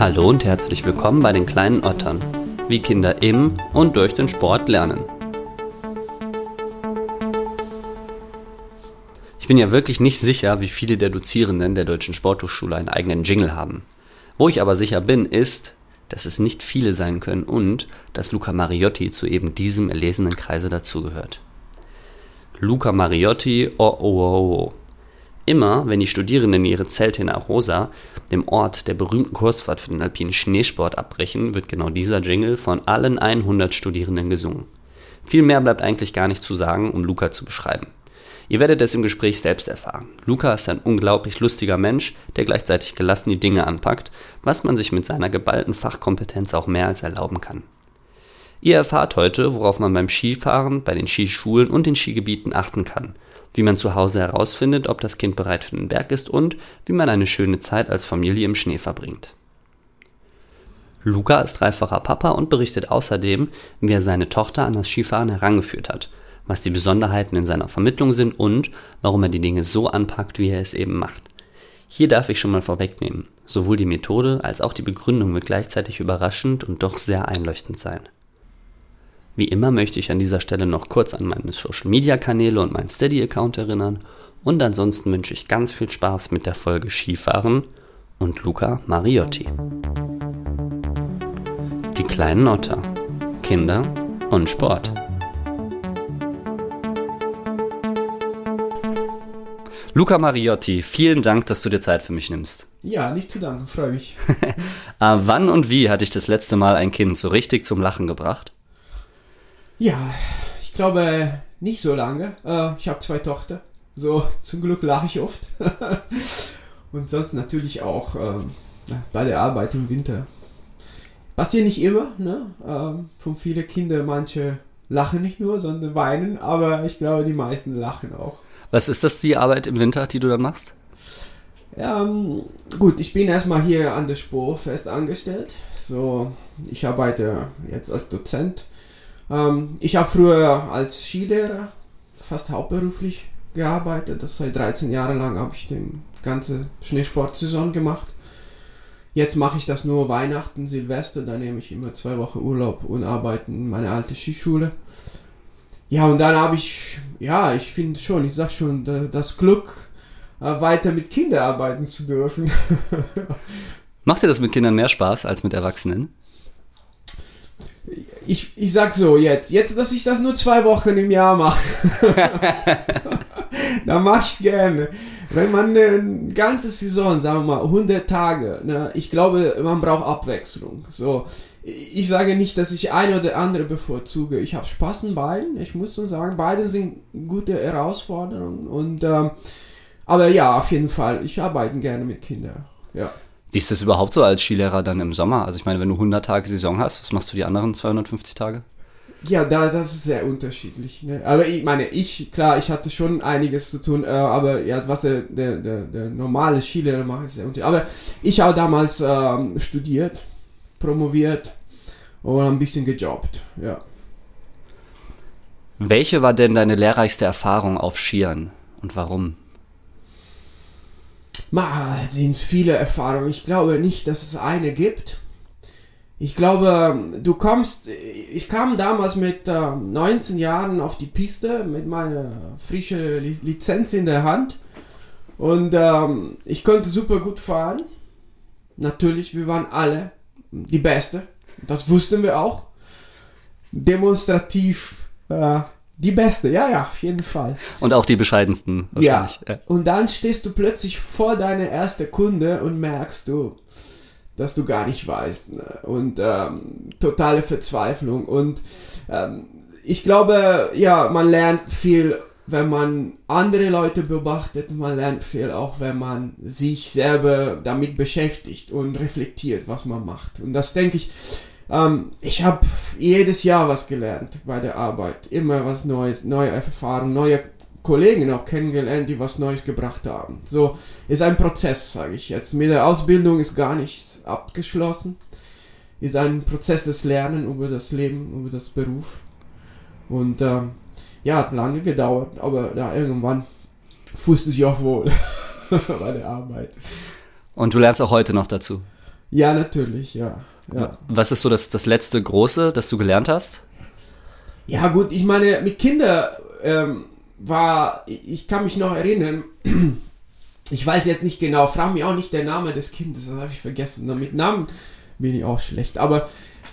Hallo und herzlich willkommen bei den kleinen Ottern, wie Kinder im und durch den Sport lernen. Ich bin ja wirklich nicht sicher, wie viele der Dozierenden der Deutschen Sporthochschule einen eigenen Jingle haben. Wo ich aber sicher bin, ist, dass es nicht viele sein können und dass Luca Mariotti zu eben diesem erlesenen Kreise dazugehört. Luca Mariotti, oh oh oh oh. Immer, wenn die Studierenden ihre Zelte in Arosa, dem Ort der berühmten Kursfahrt für den alpinen Schneesport, abbrechen, wird genau dieser Jingle von allen 100 Studierenden gesungen. Viel mehr bleibt eigentlich gar nicht zu sagen, um Luca zu beschreiben. Ihr werdet es im Gespräch selbst erfahren. Luca ist ein unglaublich lustiger Mensch, der gleichzeitig gelassen die Dinge anpackt, was man sich mit seiner geballten Fachkompetenz auch mehr als erlauben kann. Ihr erfahrt heute, worauf man beim Skifahren, bei den Skischulen und den Skigebieten achten kann, wie man zu Hause herausfindet, ob das Kind bereit für den Berg ist und wie man eine schöne Zeit als Familie im Schnee verbringt. Luca ist dreifacher Papa und berichtet außerdem, wie er seine Tochter an das Skifahren herangeführt hat, was die Besonderheiten in seiner Vermittlung sind und warum er die Dinge so anpackt, wie er es eben macht. Hier darf ich schon mal vorwegnehmen, sowohl die Methode als auch die Begründung wird gleichzeitig überraschend und doch sehr einleuchtend sein. Wie immer möchte ich an dieser Stelle noch kurz an meine Social-Media-Kanäle und meinen Steady-Account erinnern und ansonsten wünsche ich ganz viel Spaß mit der Folge Skifahren und Luca Mariotti. Die kleinen Otter, Kinder und Sport. Luca Mariotti, vielen Dank, dass du dir Zeit für mich nimmst. Ja, nicht zu danken, freue mich. Wann und wie hatte ich das letzte Mal ein Kind so richtig zum Lachen gebracht? Ja, ich glaube nicht so lange. Ich habe 2 Tochter. So, zum Glück lache ich oft. Und sonst natürlich auch bei der Arbeit im Winter. Passiert nicht immer, ne? Von vielen Kindern, manche lachen nicht nur, sondern weinen. Aber ich glaube, die meisten lachen auch. Was ist das, die Arbeit im Winter, die du da machst? Gut, ich bin erstmal hier an der Spur fest angestellt. So, ich arbeite jetzt als Dozent. Ich habe früher als Skilehrer fast hauptberuflich gearbeitet. Das seit 13 Jahren lang habe ich die ganze Schneesportsaison gemacht. Jetzt mache ich das nur Weihnachten, Silvester. Da nehme ich immer 2 Wochen Urlaub und arbeite in meiner alten Skischule. Ja, und dann habe ich, ich finde schon, ich sag schon, das Glück, weiter mit Kindern arbeiten zu dürfen. Macht dir das mit Kindern mehr Spaß als mit Erwachsenen? Ich sag so, jetzt, dass ich das nur 2 Wochen im Jahr mache, da mache ich gerne. Wenn man eine ganze Saison, sagen wir mal, 100 Tage, ne, ich glaube, man braucht Abwechslung. So, ich sage nicht, dass ich eine oder andere bevorzuge. Ich habe Spaß in beiden. Ich muss schon sagen, beide sind gute Herausforderungen. Und, aber ja, auf jeden Fall, ich arbeite gerne mit Kindern. Ja. Wie ist das überhaupt so als Skilehrer dann im Sommer? Also ich meine, wenn du 100 Tage Saison hast, was machst du die anderen 250 Tage? Ja, das ist sehr unterschiedlich. Ne? Aber ich meine, ich hatte schon einiges zu tun, aber ja, was der normale Skilehrer macht, ist sehr unterschiedlich. Aber ich habe damals studiert, promoviert und ein bisschen gejobbt, ja. Welche war denn deine lehrreichste Erfahrung auf Skiern und warum? Es sind viele Erfahrungen. Ich glaube nicht, dass es eine gibt. Ich glaube, ich kam damals mit 19 Jahren auf die Piste mit meiner frischen Lizenz in der Hand und ich konnte super gut fahren. Natürlich, wir waren alle die Beste. Das wussten wir auch. Demonstrativ die Beste, ja, auf jeden Fall. Und auch die bescheidensten wahrscheinlich. Ja, und dann stehst du plötzlich vor deiner ersten Kunde und merkst du, dass du gar nicht weißt. Ne? Und totale Verzweiflung. Und ich glaube, ja, man lernt viel, wenn man andere Leute beobachtet. Man lernt viel auch, wenn man sich selber damit beschäftigt und reflektiert, was man macht. Und das denke ich, ich habe jedes Jahr was gelernt bei der Arbeit. Immer was Neues, neue Erfahrungen, neue Kollegen auch kennengelernt, die was Neues gebracht haben. So ist ein Prozess, sage ich jetzt. Mit der Ausbildung ist gar nichts abgeschlossen. Ist ein Prozess des Lernen über das Leben, über das Beruf. Und hat lange gedauert, aber irgendwann fühlst du dich auch wohl bei der Arbeit. Und du lernst auch heute noch dazu? Ja, natürlich, ja. Was ist so das letzte Große, das du gelernt hast? Ja gut, ich meine, mit Kindern ich kann mich noch erinnern, ich weiß jetzt nicht genau, frag mich auch nicht der Name des Kindes, das habe ich vergessen. Mit Namen bin ich auch schlecht, aber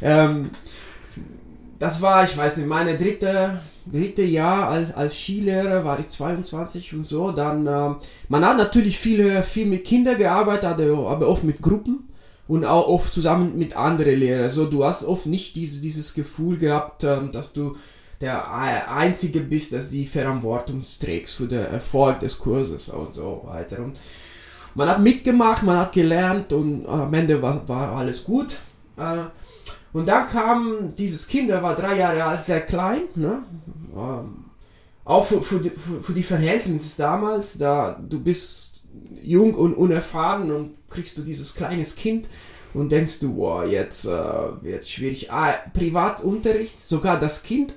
das war, ich weiß nicht, meine dritte Jahr als Skilehrer, war ich 22 und so. Dann, man hat natürlich viel mit Kindern gearbeitet, aber oft mit Gruppen und auch oft zusammen mit anderen Lehrern. Also du hast oft nicht dieses Gefühl gehabt, dass du der Einzige bist, dass die Verantwortung trägst für den Erfolg des Kurses und so weiter. Und man hat mitgemacht, man hat gelernt und am Ende war alles gut. Und dann kam dieses Kind, der war 3 Jahre alt, sehr klein, ne? Auch für die Verhältnisse damals, da du bist jung und unerfahren und kriegst du dieses kleines Kind und denkst du, wow, jetzt wird schwierig. Privatunterricht, sogar das Kind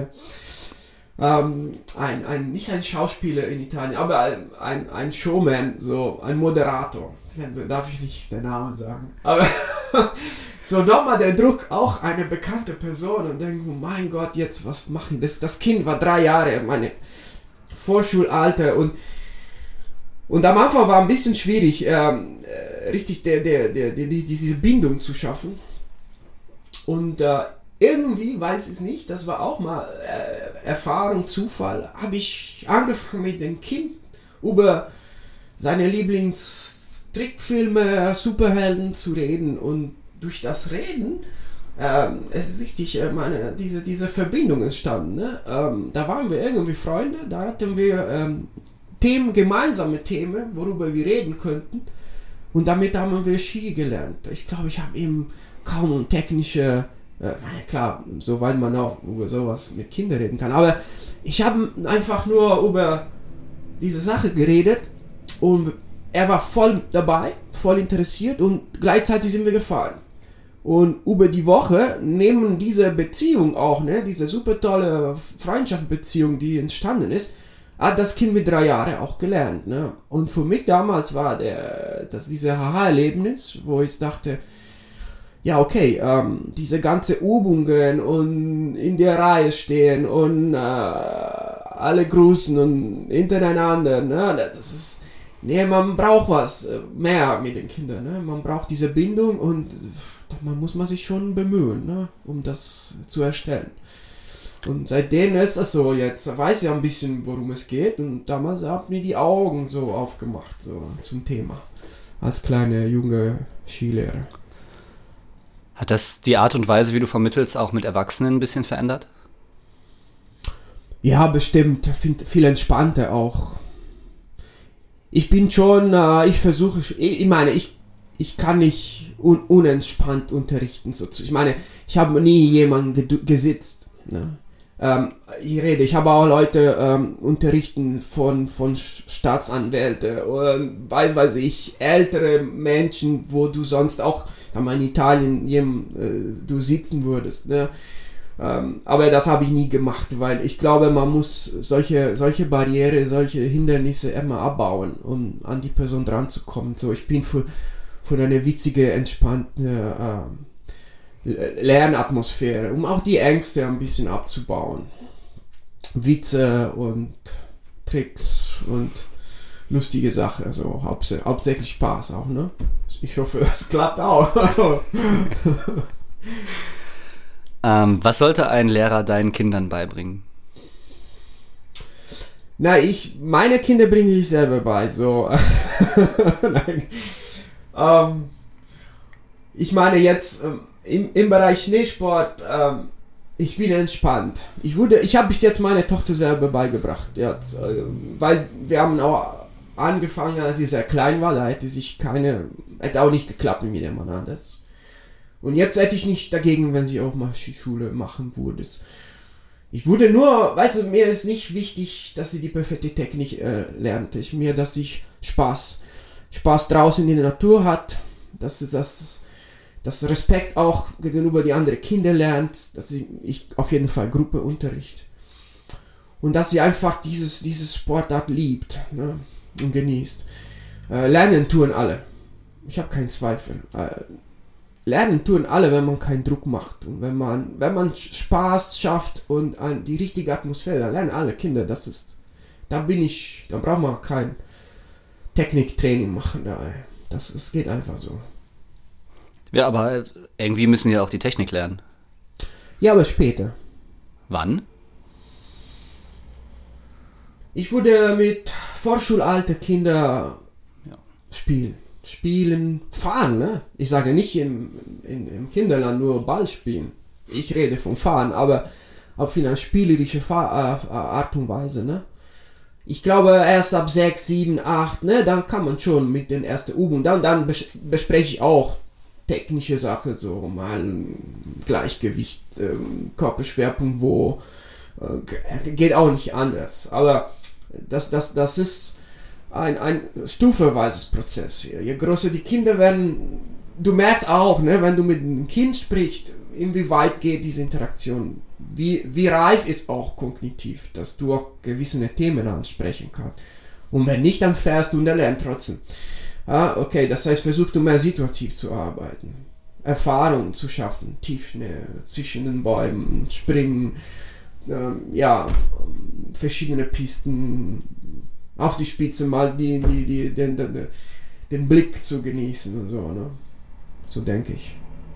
nicht ein Schauspieler in Italien, aber ein Showman, so ein Moderator. Darf ich nicht den Namen sagen. Aber so nochmal der Druck, auch eine bekannte Person und denke, oh mein Gott, jetzt was machen? Das Kind war 3 Jahre, meine Vorschulalter und am Anfang war ein bisschen schwierig, richtig diese Bindung zu schaffen. Und irgendwie, weiß ich es nicht, das war auch mal Erfahrung, Zufall, habe ich angefangen mit dem Kind über seine Lieblingstrickfilme, Superhelden zu reden und durch das Reden es ist richtig, diese Verbindung entstanden. Ne? Da waren wir irgendwie Freunde, da hatten wir gemeinsame Themen, worüber wir reden könnten und damit haben wir Ski gelernt. Ich glaube, ich habe eben kaum technische, klar, soweit man auch über sowas mit Kindern reden kann, aber ich habe einfach nur über diese Sache geredet und er war voll dabei, voll interessiert und gleichzeitig sind wir gefahren. Und über die Woche neben dieser Beziehung auch, ne, diese super tolle Freundschaftsbeziehung, die entstanden ist, hat das Kind mit 3 Jahren auch gelernt. Ne? Und für mich damals war dieses Aha-Erlebnis, wo ich dachte, ja okay, diese ganze Übungen und in der Reihe stehen und alle grüßen und hintereinander, ne? Das ist, man braucht was mehr mit den Kindern, ne? Man braucht diese Bindung und man muss sich schon bemühen, ne? Um das zu erstellen. Und seitdem ist es so, jetzt weiß ich ein bisschen, worum es geht und damals hat mir die Augen so aufgemacht, so zum Thema, als kleine junge Skilehrer. Hat das die Art und Weise, wie du vermittelst, auch mit Erwachsenen ein bisschen verändert? Ja, bestimmt. Ich finde viel entspannter auch. Ich bin schon, ich versuche, ich kann nicht unentspannt unterrichten. Ich meine, ich habe nie jemanden gesitzt. Ne? Ich habe auch Leute unterrichten von Staatsanwälten und weiß ich, ältere Menschen, wo du sonst auch in Italien du sitzen würdest. Ne? Aber das habe ich nie gemacht, weil ich glaube, man muss solche Barriere, solche Hindernisse immer abbauen, um an die Person dran zu kommen. So, ich bin für eine witzige, entspannte Lernatmosphäre, um auch die Ängste ein bisschen abzubauen. Witze und Tricks und lustige Sachen, also hauptsächlich Spaß auch, ne? Ich hoffe, das klappt auch. Was sollte ein Lehrer deinen Kindern beibringen? Na, meine Kinder bringe ich selber bei, so. Nein. Ich meine jetzt im Bereich Schneesport, ich bin entspannt. Ich habe bis jetzt meine Tochter selber beigebracht, jetzt, weil wir haben auch angefangen, als sie sehr klein war, da hätte auch nicht geklappt mit jemand anders. Und jetzt hätte ich nicht dagegen, wenn sie auch mal Skischule machen würde. Ich würde nur, weißt du, mir ist nicht wichtig, dass sie die perfekte Technik lernt. Dass sie Spaß draußen in der Natur hat, dass sie das Respekt auch gegenüber die anderen Kinder lernt, dass ich auf jeden Fall Gruppenunterricht. Und dass sie einfach dieses Sportart liebt, ne, und genießt. Lernen tun alle. Ich habe keinen Zweifel. lernen tun alle, wenn man keinen Druck macht und wenn man Spaß schafft und die richtige Atmosphäre, dann lernen alle Kinder, da braucht man kein Techniktraining machen, es geht einfach so. Ja, aber irgendwie müssen ja auch die Technik lernen. Ja, aber später. Wann? Ich würde mit Vorschulalter Kinder spielen, fahren, ne? Ich sage nicht im Kinderland nur Ball spielen. Ich rede vom Fahren, aber auf eine spielerische Art und Weise, ne? Ich glaube erst ab 6, 7, 8, ne? Dann kann man schon mit den ersten Übungen, dann bespreche ich auch technische Sachen, so mal Gleichgewicht, Körperschwerpunkt, wo geht auch nicht anders. Aber das ist ein stufenweises Prozess. Je größer die Kinder werden, du merkst auch, ne, wenn du mit einem Kind sprichst, inwieweit geht diese Interaktion, wie reif ist auch kognitiv, dass du auch gewisse Themen ansprechen kannst. Und wenn nicht, dann fährst du und er lernt trotzdem. Okay, das heißt, versuchst du mehr situativ zu arbeiten, Erfahrungen zu schaffen, Tiefschnee, zwischen den Bäumen, springen, verschiedene Pisten, auf die Spitze mal den Blick zu genießen und so, ne? So denke ich.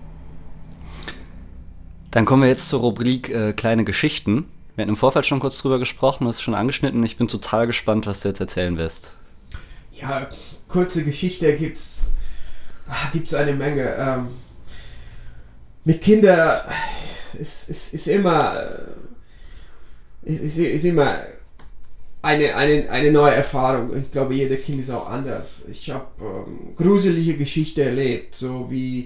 Dann kommen wir jetzt zur Rubrik kleine Geschichten. Wir hatten im Vorfeld schon kurz drüber gesprochen, das ist schon angeschnitten. Ich bin total gespannt, was du jetzt erzählen wirst. Ja, kurze Geschichte gibt's eine Menge. Mit Kindern ist immer eine neue Erfahrung. Ich glaube, jeder Kind ist auch anders. Ich habe gruselige Geschichten erlebt, so wie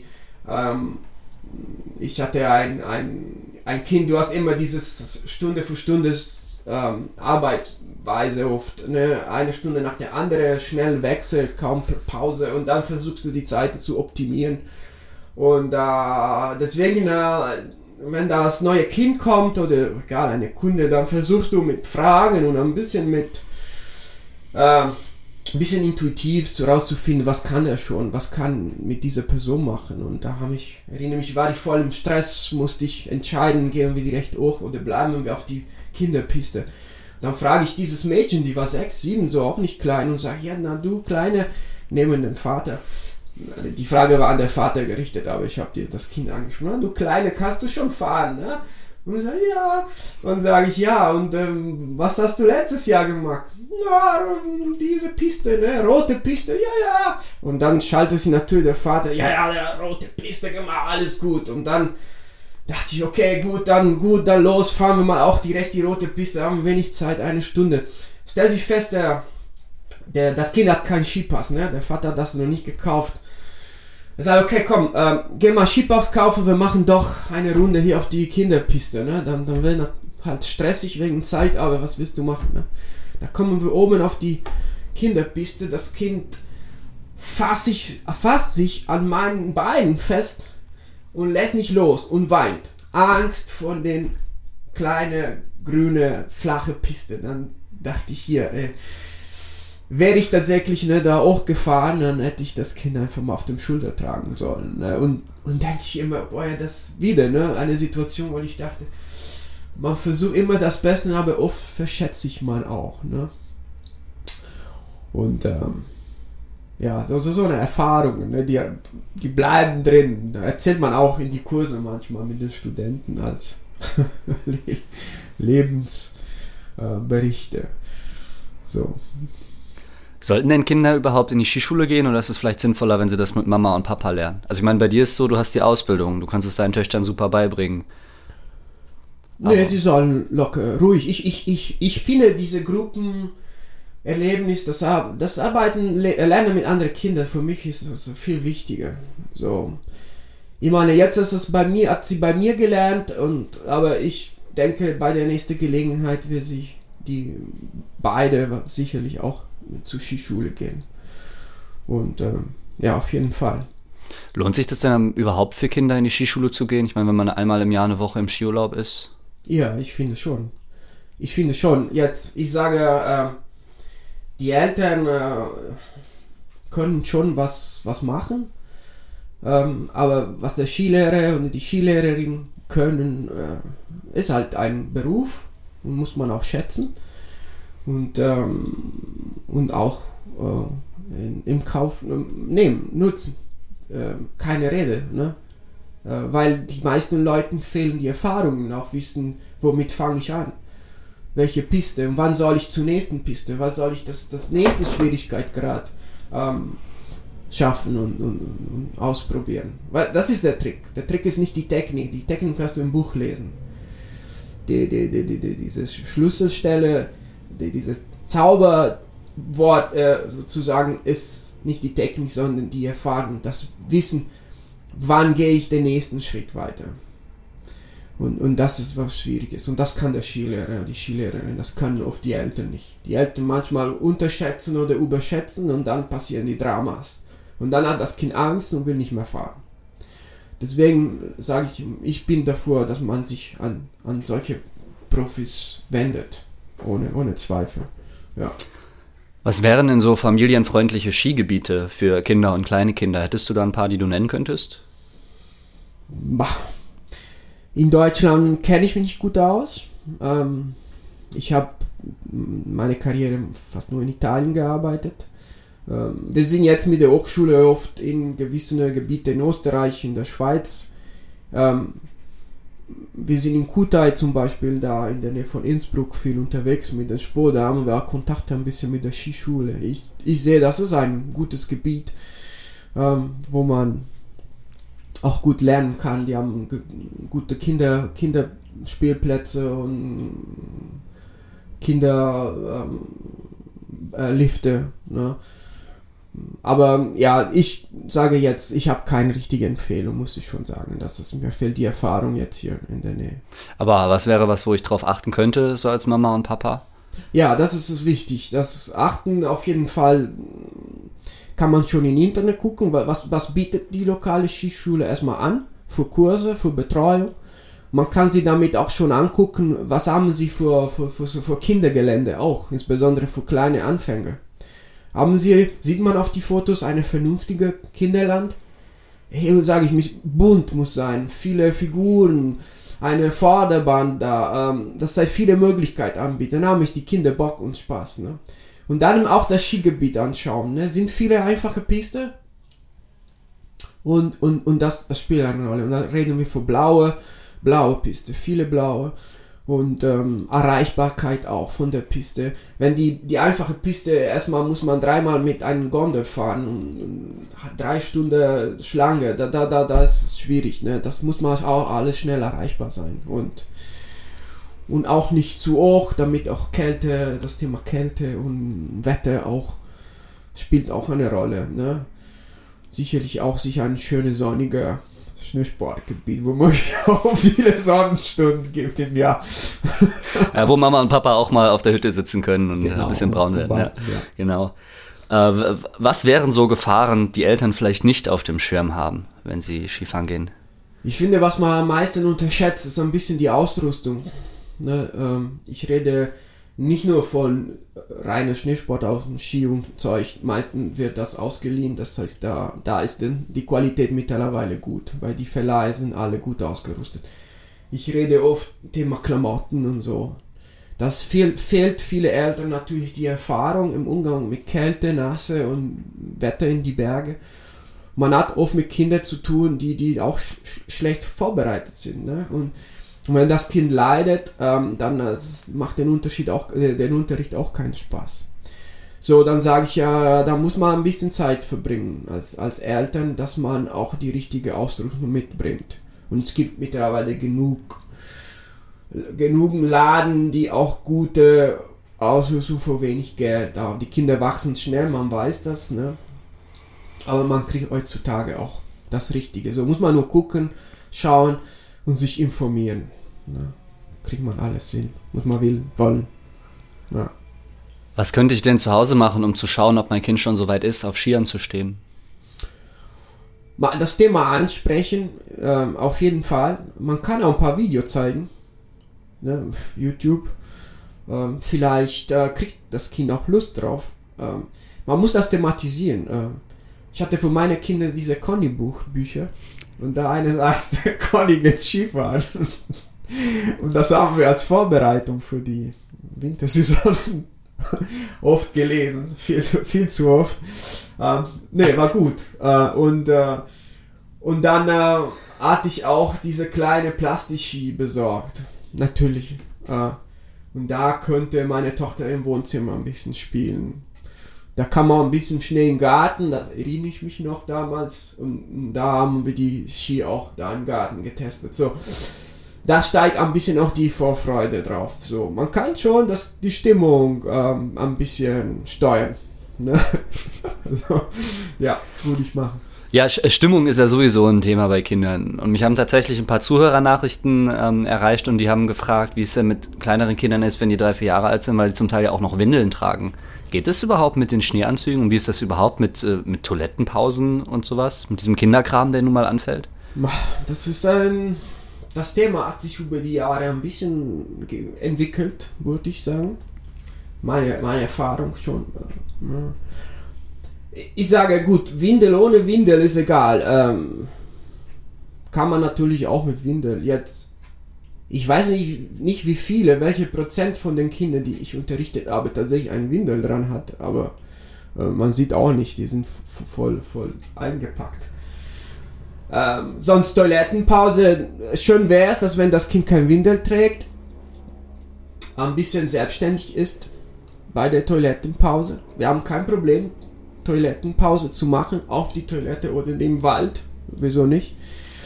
ich hatte ein Kind, du hast immer dieses Stunde für Stunde Arbeitsweise oft, ne? Eine Stunde nach der anderen, schnell Wechsel, kaum Pause und dann versuchst du die Zeit zu optimieren. Und deswegen, wenn das neue Kind kommt oder egal, eine Kunde, dann versuchst du mit Fragen und ein bisschen intuitiv herauszufinden, was kann er schon, was kann mit dieser Person machen. Und erinnere mich, war ich voll im Stress, musste ich entscheiden, gehen wir direkt hoch oder bleiben wir auf die Kinderpiste. Dann frage ich dieses Mädchen, die war 6, 7, so auch nicht klein, und sage, ja, na du Kleine, nehmen den Vater. Die Frage war an den Vater gerichtet, aber ich habe dir das Kind angesprochen, du Kleine, kannst du schon fahren, ne? Und ich sage, ja. Und sage ich, ja, und was hast du letztes Jahr gemacht? Ja, diese Piste, ne, rote Piste, ja. Und dann schaltet sich natürlich der Vater, ja, der rote Piste gemacht, alles gut. Und dann dachte ich, okay, gut, dann los, fahren wir mal auch direkt die rote Piste, haben wir wenig Zeit, 1 Stunde. Stellt sich fest, das Kind hat keinen Skipass, ne, der Vater hat das noch nicht gekauft. Er sagt, okay, komm, geh mal Skipass kaufen, wir machen doch eine Runde hier auf die Kinderpiste, ne, dann wird halt stressig wegen Zeit, aber was willst du machen, ne. Da kommen wir oben auf die Kinderpiste, das Kind fasst sich an meinen Beinen fest und lässt nicht los und weint. Angst vor den kleinen, grünen, flache Piste. Dann dachte ich hier, wäre ich tatsächlich da hochgefahren, dann hätte ich das Kind einfach mal auf dem Schulter tragen sollen. Ne? Und denke ich immer, boah, ja, das wieder, ne? Eine Situation, wo ich dachte, man versucht immer das Beste, aber oft verschätzt sich man auch. Ne? Und ja, so eine Erfahrung, ne? Die bleiben drin. Da erzählt man auch in die Kurse manchmal mit den Studenten als Lebensberichte. So. Sollten denn Kinder überhaupt in die Skischule gehen oder ist es vielleicht sinnvoller, wenn sie das mit Mama und Papa lernen? Also ich meine, bei dir ist es so, du hast die Ausbildung, du kannst es deinen Töchtern super beibringen. Nee, die sollen locker, ruhig. Ich finde diese Gruppenerlebnis, das Arbeiten, Lernen mit anderen Kindern, für mich ist das viel wichtiger. So. Ich meine, jetzt ist es hat sie bei mir gelernt, aber ich denke, bei der nächsten Gelegenheit wird sich die beide sicherlich auch zur Skischule gehen. Und ja, auf jeden Fall. Lohnt sich das denn überhaupt für Kinder in die Skischule zu gehen? Ich meine, wenn man einmal im Jahr eine Woche im Skiurlaub ist? Ja, ich finde schon. Jetzt, ich sage, die Eltern können schon was machen. Aber was der Skilehrer und die Skilehrerin können, ist halt ein Beruf und muss man auch schätzen und auch im Kauf nehmen, nutzen. Keine Rede, ne? Weil die meisten Leuten fehlen die Erfahrungen, auch wissen, womit fange ich an, welche Piste und wann soll ich zur nächsten Piste, was soll ich das nächste Schwierigkeitsgrad schaffen und ausprobieren. Weil das ist der Trick. Der Trick ist nicht die Technik kannst du im Buch lesen. Diese Schlüsselstelle, dieses Zauberwort sozusagen ist nicht die Technik, sondern die Erfahrung, das Wissen, wann gehe ich den nächsten Schritt weiter. Und das ist was Schwieriges. Und das kann der Skilehrer, die Skilehrerin, das können oft die Eltern nicht. Die Eltern manchmal unterschätzen oder überschätzen und dann passieren die Dramas. Und dann hat das Kind Angst und will nicht mehr fahren. Deswegen sage ich bin dafür, dass man sich an solche Profis wendet. Ohne Zweifel. Ja. Was wären denn so familienfreundliche Skigebiete für Kinder und kleine Kinder? Hättest du da ein paar, die du nennen könntest? In Deutschland kenne ich mich nicht gut aus. Ich habe meine Karriere fast nur in Italien gearbeitet. Wir sind jetzt mit der Hochschule oft in gewissen Gebieten in Österreich, in der Schweiz. Wir sind in Kutai zum Beispiel, da in der Nähe von Innsbruck, viel unterwegs mit dem Sport. Da haben wir auch Kontakt ein bisschen mit der Skischule. Ich sehe, das ist ein gutes Gebiet, wo man auch gut lernen kann. Die haben gute Kinderspielplätze und Kinderlifte. Ne? Aber ja, ich sage jetzt, ich habe keine richtige Empfehlung, muss ich schon sagen. Mir fehlt die Erfahrung jetzt hier in der Nähe. Aber was wäre was, wo ich drauf achten könnte, so als Mama und Papa? Ja, das ist wichtig. Das Achten auf jeden Fall kann man schon im Internet gucken, was bietet die lokale Skischule erstmal an, für Kurse, für Betreuung. Man kann sie damit auch schon angucken, was haben sie für Kindergelände auch, insbesondere für kleine Anfänger. Sieht man auf die Fotos eine vernünftige Kinderland? Hier sage ich mich, bunt muss sein, viele Figuren, eine Vorderbahn da, das sei viele Möglichkeiten anbietet. Dann haben die Kinder Bock und Spaß. Ne? Und dann auch das Skigebiet anschauen. Ne? Sind viele einfache Pisten und das spielt eine Rolle. Und da reden wir von blaue Piste, viele blaue. Und Erreichbarkeit auch von der Piste. Wenn die einfache Piste, erstmal muss man 3-mal mit einem Gondel fahren und 3 Stunden Schlange, da ist es schwierig. Ne? Das muss man auch alles schnell erreichbar sein. Und auch nicht zu hoch, damit auch das Thema Kälte und Wetter auch spielt auch eine Rolle. Ne? Sicherlich auch ein schönes sonniger Schneesportgebiet, wo man auch viele Sonnenstunden gibt im Jahr. Ja, wo Mama und Papa auch mal auf der Hütte sitzen können und ein bisschen braun werden. Ja. Genau. Was wären so Gefahren, die Eltern vielleicht nicht auf dem Schirm haben, wenn sie Skifahren gehen? Ich finde, was man am meisten unterschätzt, ist ein bisschen die Ausrüstung. Ne, ich rede nicht nur von reiner Schneesport aus dem Ski und Zeug, meistens wird das ausgeliehen, das heißt, da ist die Qualität mittlerweile gut, weil die Verleihe sind alle gut ausgerüstet. Ich rede oft Thema Klamotten und so. Das fehlt viele Eltern natürlich die Erfahrung im Umgang mit Kälte, Nässe und Wetter in die Berge. Man hat oft mit Kindern zu tun, die auch schlecht vorbereitet sind. Ne? Und wenn das Kind leidet, dann macht den Unterricht auch keinen Spaß. So, dann sage ich ja, da muss man ein bisschen Zeit verbringen als Eltern, dass man auch die richtige Ausrüstung mitbringt. Und es gibt mittlerweile genug Laden, die auch gute Ausrüstung für wenig Geld haben. Die Kinder wachsen schnell, man weiß das, ne? Aber man kriegt heutzutage auch das Richtige. So muss man nur gucken, schauen und sich informieren. Ne? Kriegt man alles hin. Muss man wollen. Ja. Was könnte ich denn zu Hause machen, um zu schauen, ob mein Kind schon so weit ist, auf Skiern zu stehen? Das Thema ansprechen, auf jeden Fall. Man kann auch ein paar Videos zeigen. Ne? YouTube. Vielleicht kriegt das Kind auch Lust drauf. Man muss das thematisieren. Ich hatte für meine Kinder diese Conny-Bücher und da eines heißt, Conny geht Skifahren. Und das haben wir als Vorbereitung für die Wintersaison oft gelesen, viel zu oft. War gut. Und dann hatte ich auch diese kleine Plastikski besorgt. Natürlich. Und da könnte meine Tochter im Wohnzimmer ein bisschen spielen. Da kann man ein bisschen Schnee im Garten, das erinnere ich mich noch damals. Und da haben wir die Ski auch da im Garten getestet. So, da steigt ein bisschen auch die Vorfreude drauf. So, man kann schon die Stimmung ein bisschen steuern. Ne? Also, ja, würde ich machen. Ja, Stimmung ist ja sowieso ein Thema bei Kindern. Und mich haben tatsächlich ein paar Zuhörernachrichten erreicht und die haben gefragt, wie es denn mit kleineren Kindern ist, wenn die 3-4 Jahre alt sind, weil die zum Teil ja auch noch Windeln tragen. Geht es überhaupt mit den Schneeanzügen und wie ist das überhaupt mit Toilettenpausen und sowas? Mit diesem Kinderkram, der nun mal anfällt? Das Thema hat sich über die Jahre ein bisschen entwickelt, würde ich sagen. Meine Erfahrung schon. Ich sage, gut, Windel ohne Windel ist egal. Kann man natürlich auch mit Windel. Jetzt, ich weiß nicht wie viele, welche Prozent von den Kindern, die ich unterrichtet habe, tatsächlich einen Windel dran hat, aber man sieht auch nicht, die sind voll eingepackt. Sonst Toilettenpause, schön wäre es, dass wenn das Kind kein Windel trägt, ein bisschen selbstständig ist bei der Toilettenpause. Wir haben kein Problem, Toilettenpause zu machen, auf die Toilette oder im Wald, wieso nicht.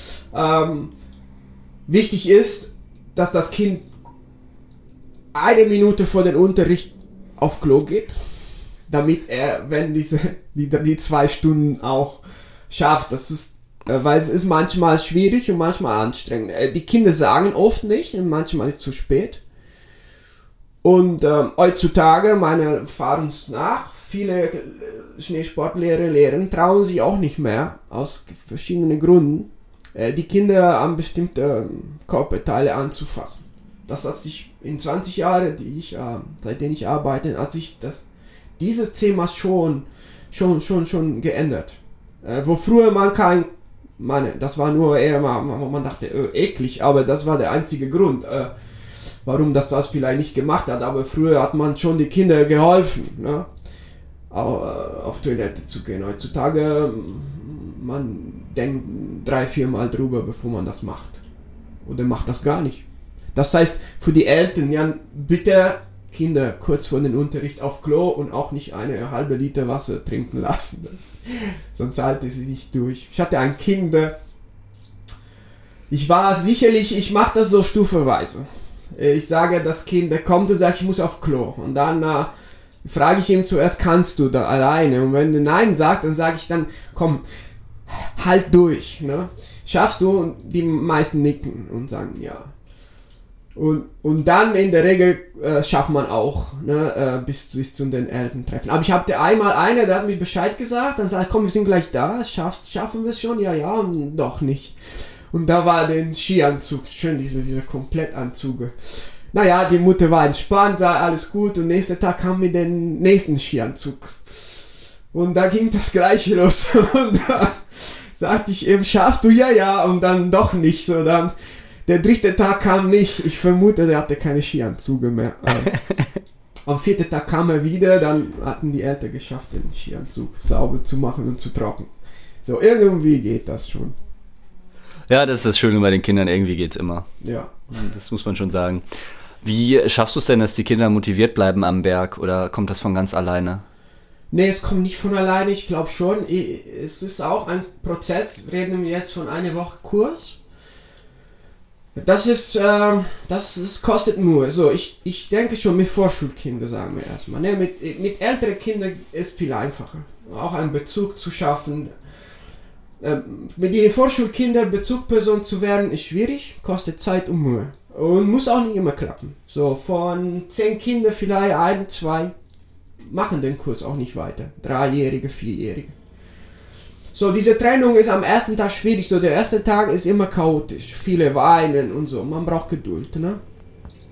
Wichtig ist, dass das Kind 1 Minute vor dem Unterricht auf Klo geht, damit er, wenn die 2 Stunden auch schafft, weil es ist manchmal schwierig und manchmal anstrengend. Die Kinder sagen oft nicht und manchmal ist es zu spät. Und heutzutage, meiner Erfahrung nach, viele Schneesportlehrer trauen sich auch nicht mehr, aus verschiedenen Gründen, die Kinder an bestimmte Körperteile anzufassen. Das hat sich in 20 Jahren, seitdem ich arbeite, hat sich dieses Thema schon geändert. Wo früher das war nur eher, man dachte, eklig, aber das war der einzige Grund, warum das vielleicht nicht gemacht hat. Aber früher hat man schon die Kinder geholfen, ne? Auf Toilette zu gehen. Heutzutage, man denkt 3-4 Mal drüber, bevor man das macht. Oder macht das gar nicht. Das heißt, für die Eltern, ja, bitte Kinder kurz vor dem Unterricht auf Klo und auch nicht eine halbe Liter Wasser trinken lassen. Sonst halte sie nicht durch. Ich hatte ein Kind, ich mache das so stufenweise. Ich sage, das Kind, der kommt und sagt, ich muss auf Klo. Und dann frage ich ihm zuerst, kannst du da alleine? Und wenn er Nein sagt, dann sage ich dann, komm, halt durch. Ne? Schaffst du? Und die meisten nicken und sagen ja. Und dann in der Regel schafft man auch, ne, bis zu den Elterntreffen. Aber ich hatte einmal einer, der hat mir Bescheid gesagt, dann sagt, komm, wir sind gleich da, schaffen wir es schon? Ja, und doch nicht. Und da war der Skianzug, schön diese Komplettanzüge. Naja, die Mutter war entspannt, da alles gut und nächsten Tag kam mit dem nächsten Skianzug. Und da ging das Gleiche los. Und da sagte ich eben, schaffst du? Ja, und dann doch nicht. So, dann der 3. Tag kam nicht. Ich vermute, der hatte keine Skianzüge mehr. Am 4. Tag kam er wieder, dann hatten die Eltern geschafft, den Skianzug sauber zu machen und zu trocknen. So, irgendwie geht das schon. Ja, das ist das Schöne bei den Kindern, irgendwie geht's immer. Ja. Das muss man schon sagen. Wie schaffst du es denn, dass die Kinder motiviert bleiben am Berg oder kommt das von ganz alleine? Nee, es kommt nicht von alleine, ich glaube schon. Es ist auch ein Prozess, reden wir jetzt von einer Woche Kurs. Das kostet nur. So, ich denke schon mit Vorschulkindern, sagen wir erstmal. Ne? Mit älteren Kindern ist viel einfacher. Auch einen Bezug zu schaffen. Mit den Vorschulkindern Bezugsperson zu werden, ist schwierig, kostet Zeit und Mühe. Und muss auch nicht immer klappen. So, von 10 Kindern vielleicht 1, 2 machen den Kurs auch nicht weiter. 3-Jährige, 4-Jährige. So, diese Trennung ist am ersten Tag schwierig. So, der erste Tag ist immer chaotisch. Viele weinen und so. Man braucht Geduld, ne?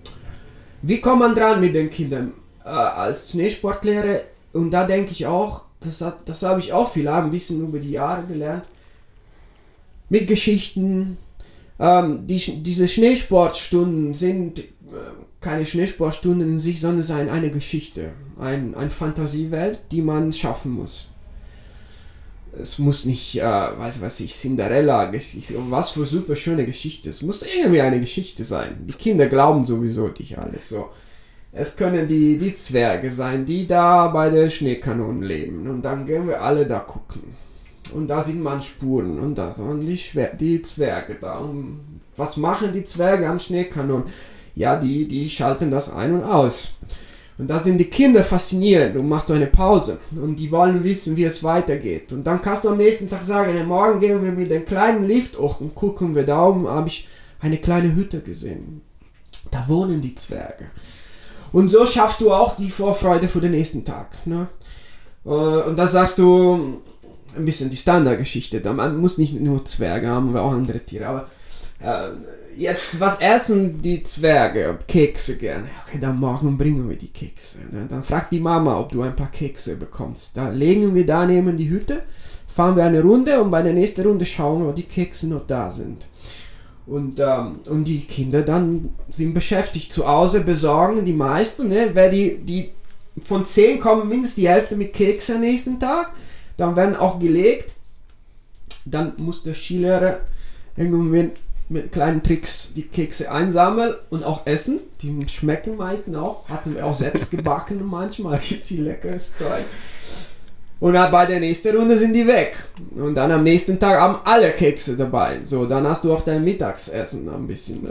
Wie kommt man dran mit den Kindern als Schneesportlehrer? Und da denke ich auch, das habe ich auch viel ein bisschen über die Jahre gelernt. Mit Geschichten. Diese Schneesportstunden sind keine Schneesportstunden in sich, sondern sind eine Geschichte. Eine Fantasiewelt, die man schaffen muss. Es muss nicht, weiß ich, Cinderella, was für super schöne Geschichte. Es muss irgendwie eine Geschichte sein. Die Kinder glauben sowieso nicht alles so. Es können die Zwerge sein, die da bei den Schneekanonen leben. Und dann gehen wir alle da gucken. Und da sieht man Spuren. Und da sind die Zwerge da. Und was machen die Zwerge am Schneekanonen? Ja, die schalten das ein und aus. Und da sind die Kinder faszinierend. Du machst eine Pause. Und die wollen wissen, wie es weitergeht. Und dann kannst du am nächsten Tag sagen, morgen gehen wir mit dem kleinen Lift hoch und gucken wir da oben, habe ich eine kleine Hütte gesehen. Da wohnen die Zwerge. Und so schaffst du auch die Vorfreude für den nächsten Tag. Ne? Und da sagst du ein bisschen die Standardgeschichte. Man muss nicht nur Zwerge haben, wir auch andere Tiere. Aber jetzt, was essen die Zwerge? Kekse gerne. Okay, dann morgen bringen wir die Kekse. Ne? Dann fragt die Mama, ob du ein paar Kekse bekommst. Da legen wir da neben die Hütte, fahren wir eine Runde und bei der nächsten Runde schauen wir, ob die Kekse noch da sind. Und die Kinder dann sind beschäftigt. Zu Hause besorgen die meisten, ne? Wer die von 10 kommen mindestens die Hälfte mit Kekse am nächsten Tag. Dann werden auch gelegt. Dann muss der Skilehrer irgendwie mit kleinen Tricks die Kekse einsammeln und auch essen. Die schmecken meistens auch. Hatten wir auch selbst gebacken manchmal. Gibt's hier leckeres Zeug. Und dann bei der nächsten Runde sind die weg. Und dann am nächsten Tag haben alle Kekse dabei. So, dann hast du auch dein Mittagsessen ein bisschen.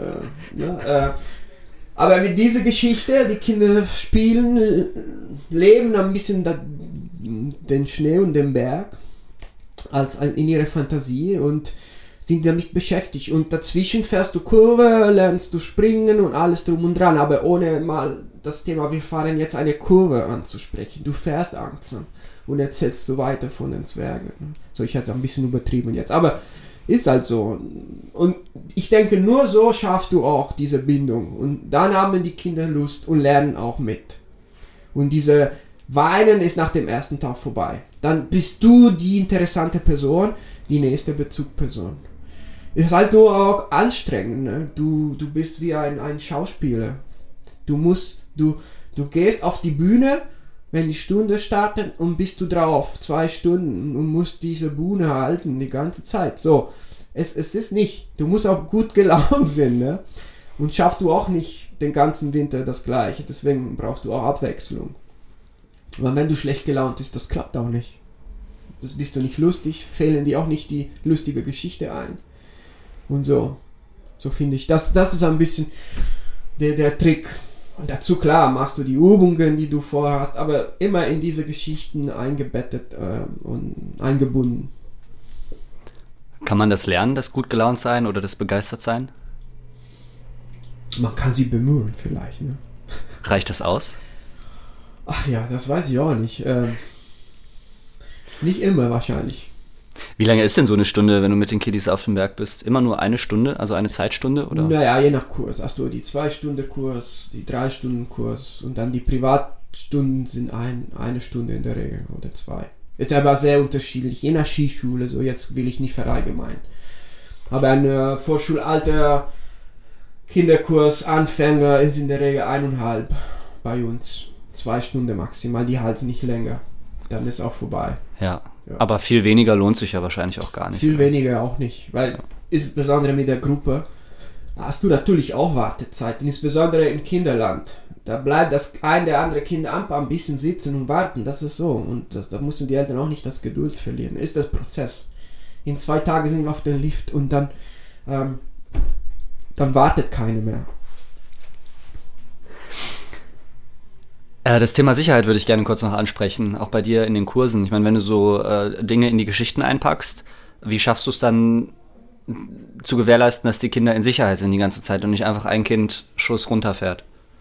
Aber mit dieser Geschichte, die Kinder spielen, leben ein bisschen den Schnee und den Berg als in ihrer Fantasie und sind damit beschäftigt. Und dazwischen fährst du Kurve, lernst du springen und alles drum und dran, aber ohne mal das Thema, wir fahren jetzt eine Kurve anzusprechen. Du fährst langsam und erzählst so weiter von den Zwergen. So, ich hatte es ein bisschen übertrieben jetzt, aber ist halt so. Und ich denke, nur so schaffst du auch diese Bindung. Und dann haben die Kinder Lust und lernen auch mit. Und diese Weinen ist nach dem ersten Tag vorbei. Dann bist du die interessante Person, die nächste Bezugsperson. Ist halt nur auch anstrengend. Ne? Du bist wie ein Schauspieler. Du gehst auf die Bühne, wenn die Stunde startet, und bist du drauf 2 Stunden und musst diese Bühne halten die ganze Zeit. So, es ist nicht. Du musst auch gut gelaunt sein, ne? Und schaffst du auch nicht den ganzen Winter das Gleiche. Deswegen brauchst du auch Abwechslung. Aber wenn du schlecht gelaunt bist, das klappt auch nicht. Das bist du nicht lustig, fehlen dir auch nicht die lustige Geschichte ein. Und so finde ich, das ist ein bisschen der Trick. Und dazu, klar, machst du die Übungen, die du vorhast, aber immer in diese Geschichten eingebettet und eingebunden. Kann man das lernen, das gut gelaunt sein oder das begeistert sein? Man kann sie bemühen vielleicht. Ne? Reicht das aus? Ach ja, das weiß ich auch nicht. Nicht immer wahrscheinlich. Wie lange ist denn so eine Stunde, wenn du mit den Kiddies auf dem Berg bist? Immer nur eine Stunde, also eine Zeitstunde? Oder? Naja, je nach Kurs. Hast du die 2-Stunden-Kurs, die 3-Stunden-Kurs und dann die Privatstunden sind eine Stunde in der Regel oder 2. Ist aber sehr unterschiedlich, je nach Skischule, so jetzt will ich nicht verallgemeinern. Aber ein Vorschulalter Kinderkurs, Anfänger ist in der Regel 1,5 bei uns. 2 Stunden maximal, die halten nicht länger. Dann ist auch vorbei. Ja. Aber viel weniger lohnt sich ja wahrscheinlich auch gar nicht. Viel weniger auch nicht, weil insbesondere mit der Gruppe hast du natürlich auch Wartezeiten, insbesondere im Kinderland. Da bleibt das ein der andere Kind ein bisschen sitzen und warten, das ist so. Und da müssen die Eltern auch nicht das Geduld verlieren. Ist das Prozess. In 2 Tagen sind wir auf dem Lift und dann wartet keine mehr. Das Thema Sicherheit würde ich gerne kurz noch ansprechen, auch bei dir in den Kursen. Ich meine, wenn du so Dinge in die Geschichten einpackst, wie schaffst du es dann zu gewährleisten, dass die Kinder in Sicherheit sind die ganze Zeit und nicht einfach ein Kind Schuss runterfährt?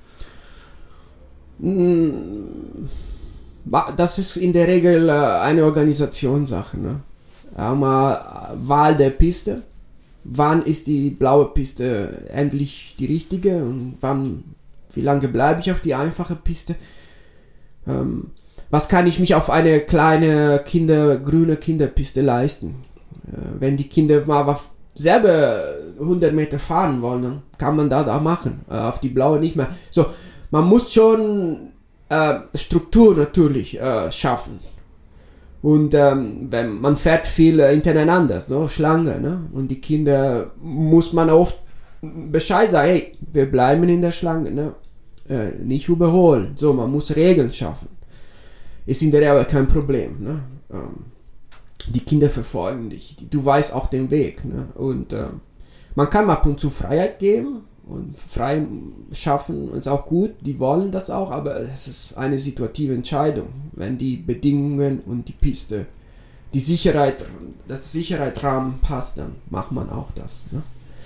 Das ist in der Regel eine Organisationssache. Ne? Wahl der Piste. Wann ist die blaue Piste endlich die richtige und wie lange bleibe ich auf die einfache Piste? was kann ich mich auf eine kleine grüne Kinderpiste leisten? Wenn die Kinder mal selber 100 Meter fahren wollen, dann kann man da machen, auf die blaue nicht mehr. So, man muss schon Struktur natürlich schaffen. Und wenn man fährt viel hintereinander, so Schlange, ne? Und die Kinder muss man oft Bescheid sagen, hey, wir bleiben in der Schlange, ne? Nicht überholen. So, man muss Regeln schaffen. Ist in der Regel kein Problem, ne? Die Kinder verfolgen dich, du weißt auch den Weg, ne? Und man kann ab und zu Freiheit geben und frei schaffen, ist auch gut, die wollen das auch, aber es ist eine situative Entscheidung, wenn die Bedingungen und die Piste, das Sicherheitsrahmen passt, dann macht man auch das, ne?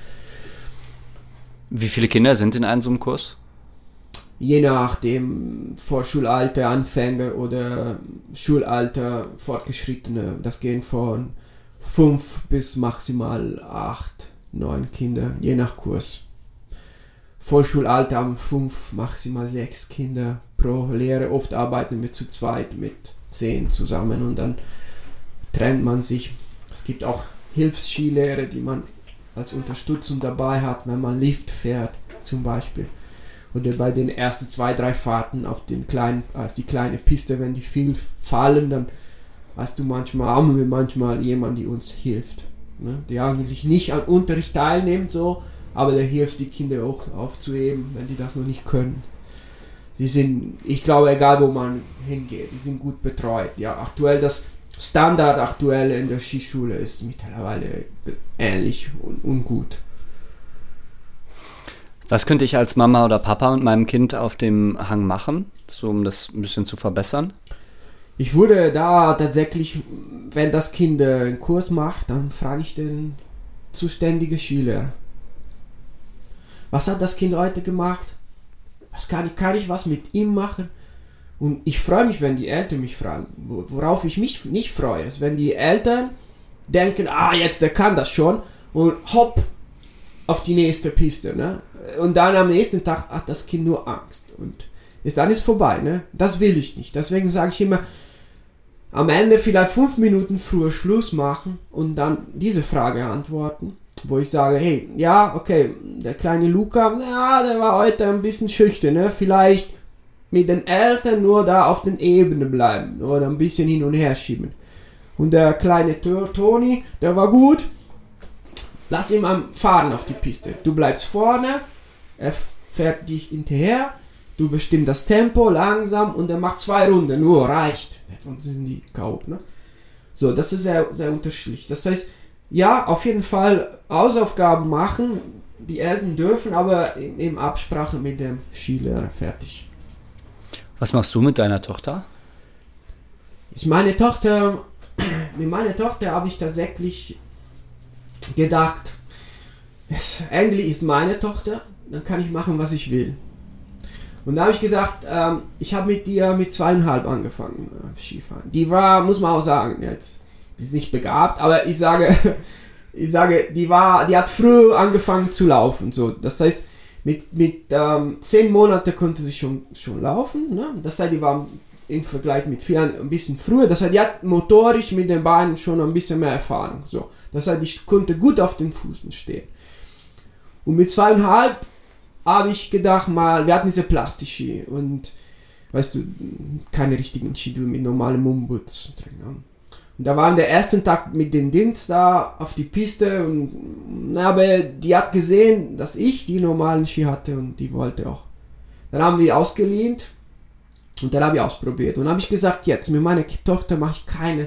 Wie viele Kinder sind in einem so einem Kurs? Je nachdem, Vorschulalter, Anfänger oder Schulalter, Fortgeschrittene, das gehen von 5 bis maximal 8, 9 Kinder, je nach Kurs. Vorschulalter haben 5, maximal 6 Kinder pro Lehrer. Oft arbeiten wir zu zweit mit 10 zusammen und dann trennt man sich. Es gibt auch Hilfsskilehrer, die man als Unterstützung dabei hat, wenn man Lift fährt zum Beispiel. Oder bei den ersten 2, 3 Fahrten auf die kleine Piste, wenn die viel fallen, dann haben wir manchmal jemanden, der uns hilft. Ne? Der eigentlich nicht an Unterricht teilnimmt, so, aber der hilft, die Kinder auch aufzuheben, wenn die das noch nicht können. Ich glaube, egal wo man hingeht, die sind gut betreut. Ja, das Standard aktuell in der Skischule ist mittlerweile ähnlich und gut. Was könnte ich als Mama oder Papa mit meinem Kind auf dem Hang machen, so um das ein bisschen zu verbessern? Ich würde da tatsächlich, wenn das Kind einen Kurs macht, dann frage ich den zuständigen Skilehrer. Was hat das Kind heute gemacht? Kann ich was mit ihm machen? Und ich freue mich, wenn die Eltern mich fragen. Worauf ich mich nicht freue, ist, wenn die Eltern denken, jetzt, der kann das schon und hopp, auf die nächste Piste, ne? Und dann am nächsten Tag hat das Kind nur Angst und dann ist vorbei, ne? Das will ich nicht. Deswegen sage ich immer, am Ende vielleicht 5 Minuten früher Schluss machen und dann diese Frage antworten, wo ich sage, hey, ja, okay, der kleine Luca, der war heute ein bisschen schüchtern, ne? Vielleicht mit den Eltern nur da auf den Ebene bleiben oder ein bisschen hin und her schieben. Und der kleine Toni, der war gut. Lass ihn am Fahren auf die Piste. Du bleibst vorne, er fährt dich hinterher, du bestimmst das Tempo langsam und er macht 2 Runden, nur reicht. Sonst sind die K.O., ne? So, das ist sehr, sehr unterschiedlich. Das heißt, ja, auf jeden Fall Hausaufgaben machen, die Eltern dürfen, aber in Absprache mit dem Skilehrer, fertig. Was machst du mit deiner Tochter? Mit meiner Tochter habe ich tatsächlich gedacht, endlich ist meine Tochter, dann kann ich machen, was ich will. Und da habe ich gesagt, ich habe mit dir mit 2,5 angefangen, Skifahren. Die war, muss man auch sagen, jetzt, die ist nicht begabt, aber ich sage, die hat früh angefangen zu laufen. So. Das heißt, mit 10 Monaten konnte sie schon laufen. Ne? Das heißt, die war im Vergleich mit vielen ein bisschen früher. Das heißt, die hat motorisch mit den Beinen schon ein bisschen mehr Erfahrung. So. Das heißt, ich konnte gut auf den Füßen stehen. Und mit 2,5 habe ich gedacht, wir hatten diese Plastikski und, weißt du, keine richtigen Ski mit normalem Moonboots. Und da waren der ersten Tag mit den Dings da auf die Piste und aber die hat gesehen, dass ich die normalen Ski hatte und die wollte auch. Dann haben wir ausgeliehen und dann habe ich ausprobiert und habe ich gesagt, jetzt mit meiner Tochter mache ich keine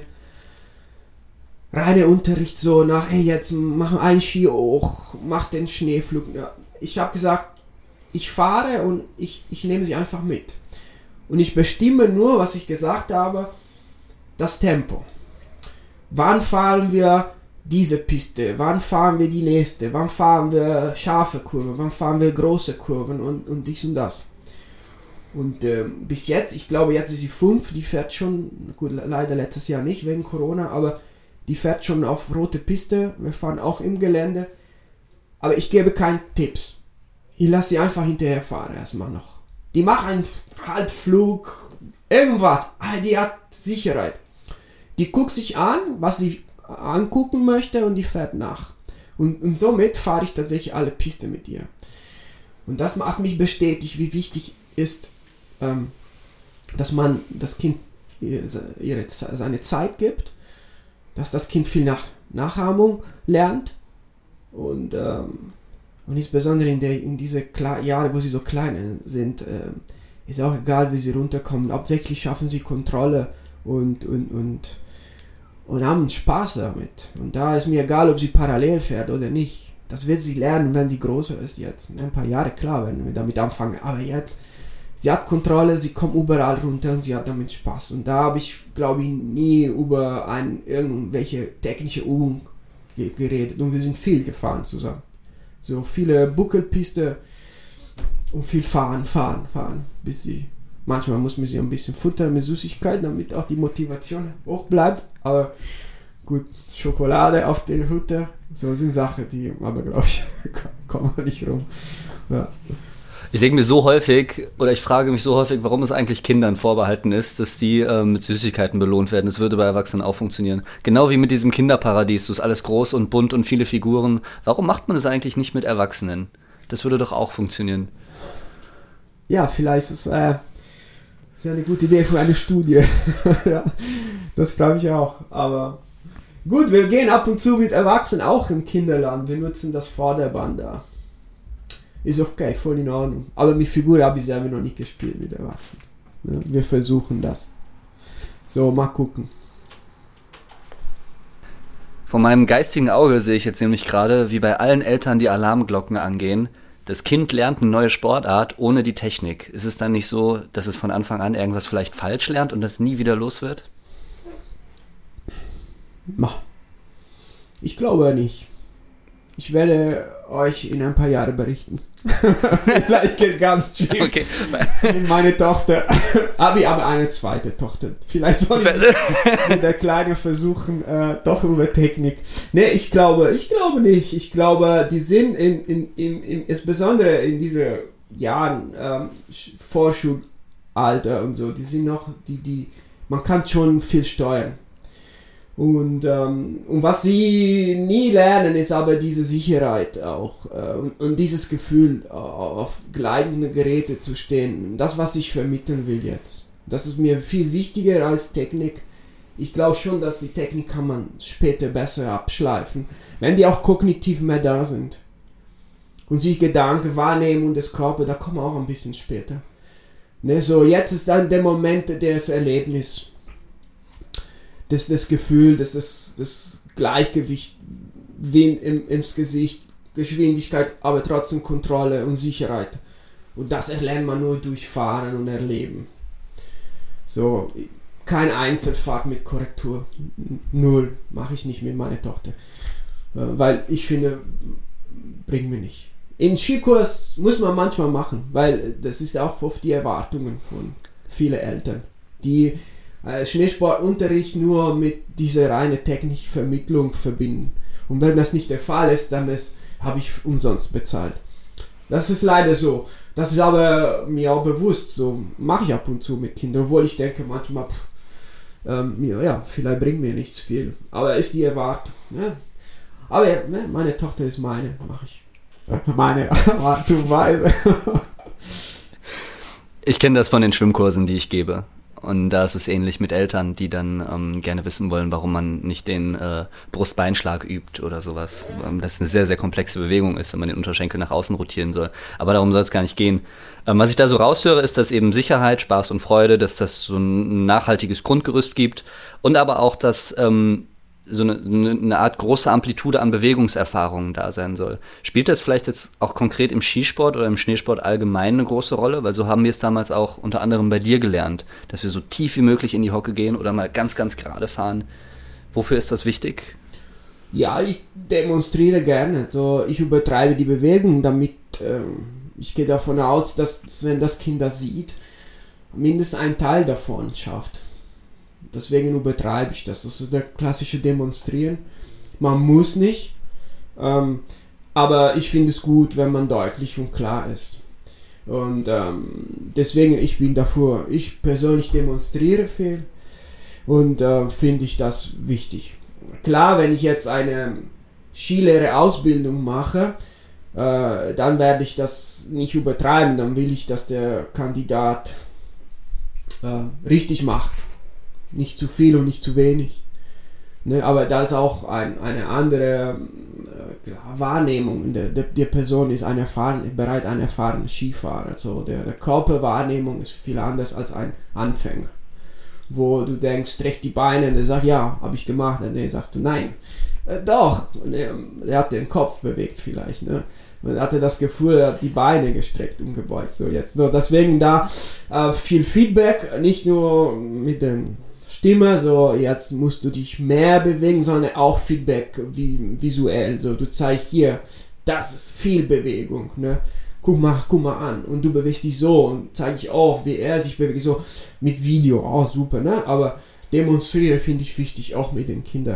reine Unterricht so nach, hey, jetzt mach einen Ski hoch, mach den Schneeflug. Ja, ich habe gesagt, ich fahre und ich nehme sie einfach mit. Und ich bestimme nur, was ich gesagt habe, das Tempo. Wann fahren wir diese Piste? Wann fahren wir die nächste? Wann fahren wir scharfe Kurven? Wann fahren wir große Kurven? Und dies und das. Und bis jetzt, ich glaube, jetzt ist sie 5, die fährt schon, gut, leider letztes Jahr nicht wegen Corona, aber die fährt schon auf rote Piste. Wir fahren auch im Gelände. Aber ich gebe keine Tipps. Ich lasse sie einfach hinterher fahren erstmal noch. Die macht einen Halbflug, irgendwas, die hat Sicherheit. Die guckt sich an, was sie angucken möchte und die fährt nach. Und somit fahre ich tatsächlich alle Piste mit ihr. Und das macht mich bestätigt, wie wichtig ist, dass man das Kind seine Zeit gibt, dass das Kind viel Nachahmung lernt und insbesondere in diese Jahre, wo sie so klein sind, ist auch egal, wie sie runterkommen. Hauptsächlich schaffen sie Kontrolle und haben Spaß damit. Und da ist mir egal, ob sie parallel fährt oder nicht. Das wird sie lernen, wenn sie größer ist jetzt. In ein paar Jahre, klar, wenn wir damit anfangen. Aber jetzt, sie hat Kontrolle, sie kommt überall runter und sie hat damit Spaß. Und da habe ich, glaube ich, nie über irgendwelche technische Übung geredet. Und wir sind viel gefahren zusammen. So viele Buckelpiste und viel fahren. Bis sie, manchmal muss man sie ein bisschen futtern mit Süßigkeiten, damit auch die Motivation hoch bleibt. Aber gut, Schokolade auf der Hütte, so sind Sachen, die, aber glaube ich, kommen wir nicht rum. Ja. Ich denke mir so häufig, oder ich frage mich so häufig, warum es eigentlich Kindern vorbehalten ist, dass die mit Süßigkeiten belohnt werden. Das würde bei Erwachsenen auch funktionieren. Genau wie mit diesem Kinderparadies. Das ist alles groß und bunt und viele Figuren. Warum macht man das eigentlich nicht mit Erwachsenen? Das würde doch auch funktionieren. Ja, vielleicht ist es eine gute Idee für eine Studie. Ja, das frage ich auch. Aber gut, wir gehen ab und zu mit Erwachsenen auch im Kinderland. Wir nutzen das Vorderband da. Ist okay, voll in Ordnung. Aber mit Figur habe ich selber noch nicht gespielt mit Erwachsenen. Ja, wir versuchen das. So, mal gucken. Von meinem geistigen Auge sehe ich jetzt nämlich gerade, wie bei allen Eltern die Alarmglocken angehen. Das Kind lernt eine neue Sportart ohne die Technik. Ist es dann nicht so, dass es von Anfang an irgendwas vielleicht falsch lernt und das nie wieder los wird? Ich glaube nicht. Ich werde euch in ein paar Jahren berichten. Vielleicht geht ganz schief. Okay. Meine Tochter, aber eine zweite Tochter. Vielleicht soll ich mit der Kleinen versuchen, doch über Technik. Nee, ich glaube nicht. Ich glaube, die sind insbesondere in diesen Jahren Vorschulalter und so, die sind noch, man kann schon viel steuern. Und was sie nie lernen, ist aber diese Sicherheit auch und dieses Gefühl, auf gleitenden Geräte zu stehen. Das, was ich vermitteln will jetzt. Das ist mir viel wichtiger als Technik. Ich glaube schon, dass die Technik kann man später besser abschleifen, wenn die auch kognitiv mehr da sind. Und sich Gedanken wahrnehmen und das Körper, da kommen wir auch ein bisschen später. Ne, so, jetzt ist dann der Moment des Erlebnisses. Das Gefühl, das Gleichgewicht, Wind ins Gesicht, Geschwindigkeit, aber trotzdem Kontrolle und Sicherheit. Und das erlernt man nur durch Fahren und Erleben. So, keine Einzelfahrt mit Korrektur. Null, mache ich nicht mit meiner Tochter. Weil ich finde, bringt mir nicht. In Skikurs muss man manchmal machen, weil das ist auch oft die Erwartungen von vielen Eltern, die Schneesportunterricht nur mit dieser reinen technischen Vermittlung verbinden. Und wenn das nicht der Fall ist, dann habe ich umsonst bezahlt. Das ist leider so. Das ist aber mir auch bewusst so. Mache ich ab und zu mit Kindern, obwohl ich denke manchmal, vielleicht bringt mir nichts viel. Aber ist die Erwartung. Ja. Aber meine Tochter ist mache ich. Meine Art und Weise. Ich kenne das von den Schwimmkursen, die ich gebe. Und da ist es ähnlich mit Eltern, die dann gerne wissen wollen, warum man nicht den Brustbeinschlag übt oder sowas. Das eine sehr, sehr komplexe Bewegung ist, wenn man den Unterschenkel nach außen rotieren soll. Aber darum soll es gar nicht gehen. Was ich da so raushöre, ist, dass eben Sicherheit, Spaß und Freude, dass das so ein nachhaltiges Grundgerüst gibt und aber auch, dass so eine Art große Amplitude an Bewegungserfahrungen da sein soll. Spielt das vielleicht jetzt auch konkret im Skisport oder im Schneesport allgemein eine große Rolle? Weil so haben wir es damals auch unter anderem bei dir gelernt, dass wir so tief wie möglich in die Hocke gehen oder mal ganz, ganz gerade fahren. Wofür ist das wichtig? Ja, ich demonstriere gerne. So, ich übertreibe die Bewegung, damit ich gehe davon aus, dass wenn das Kind das sieht, mindestens ein Teil davon schafft. Deswegen übertreibe ich das. Das ist der klassische Demonstrieren. Man muss nicht, aber ich finde es gut, wenn man deutlich und klar ist. Und deswegen, ich bin dafür, ich persönlich demonstriere viel und finde ich das wichtig. Klar, wenn ich jetzt eine Skilehrerausbildung mache, dann werde ich das nicht übertreiben, dann will ich, dass der Kandidat richtig macht. Nicht zu viel und nicht zu wenig. Ne, aber da ist auch eine andere Wahrnehmung. Die Person ist ein erfahrener Skifahrer. Also der Körperwahrnehmung ist viel anders als ein Anfänger. Wo du denkst, streck die Beine und der sagt, ja, habe ich gemacht. Und der sagt, nein, doch. Der hat den Kopf bewegt vielleicht. Ne? Man hatte das Gefühl, er hat die Beine gestreckt und gebeugt. So jetzt. Nur deswegen da viel Feedback, nicht nur mit dem Stimme, so jetzt musst du dich mehr bewegen, sondern auch Feedback visuell. So, du zeigst hier, das ist viel Bewegung. Ne? Guck mal an. Und du bewegst dich so und zeige ich auch, wie er sich bewegt. So mit Video, auch super. Ne? Aber demonstrieren finde ich wichtig, auch mit den Kindern.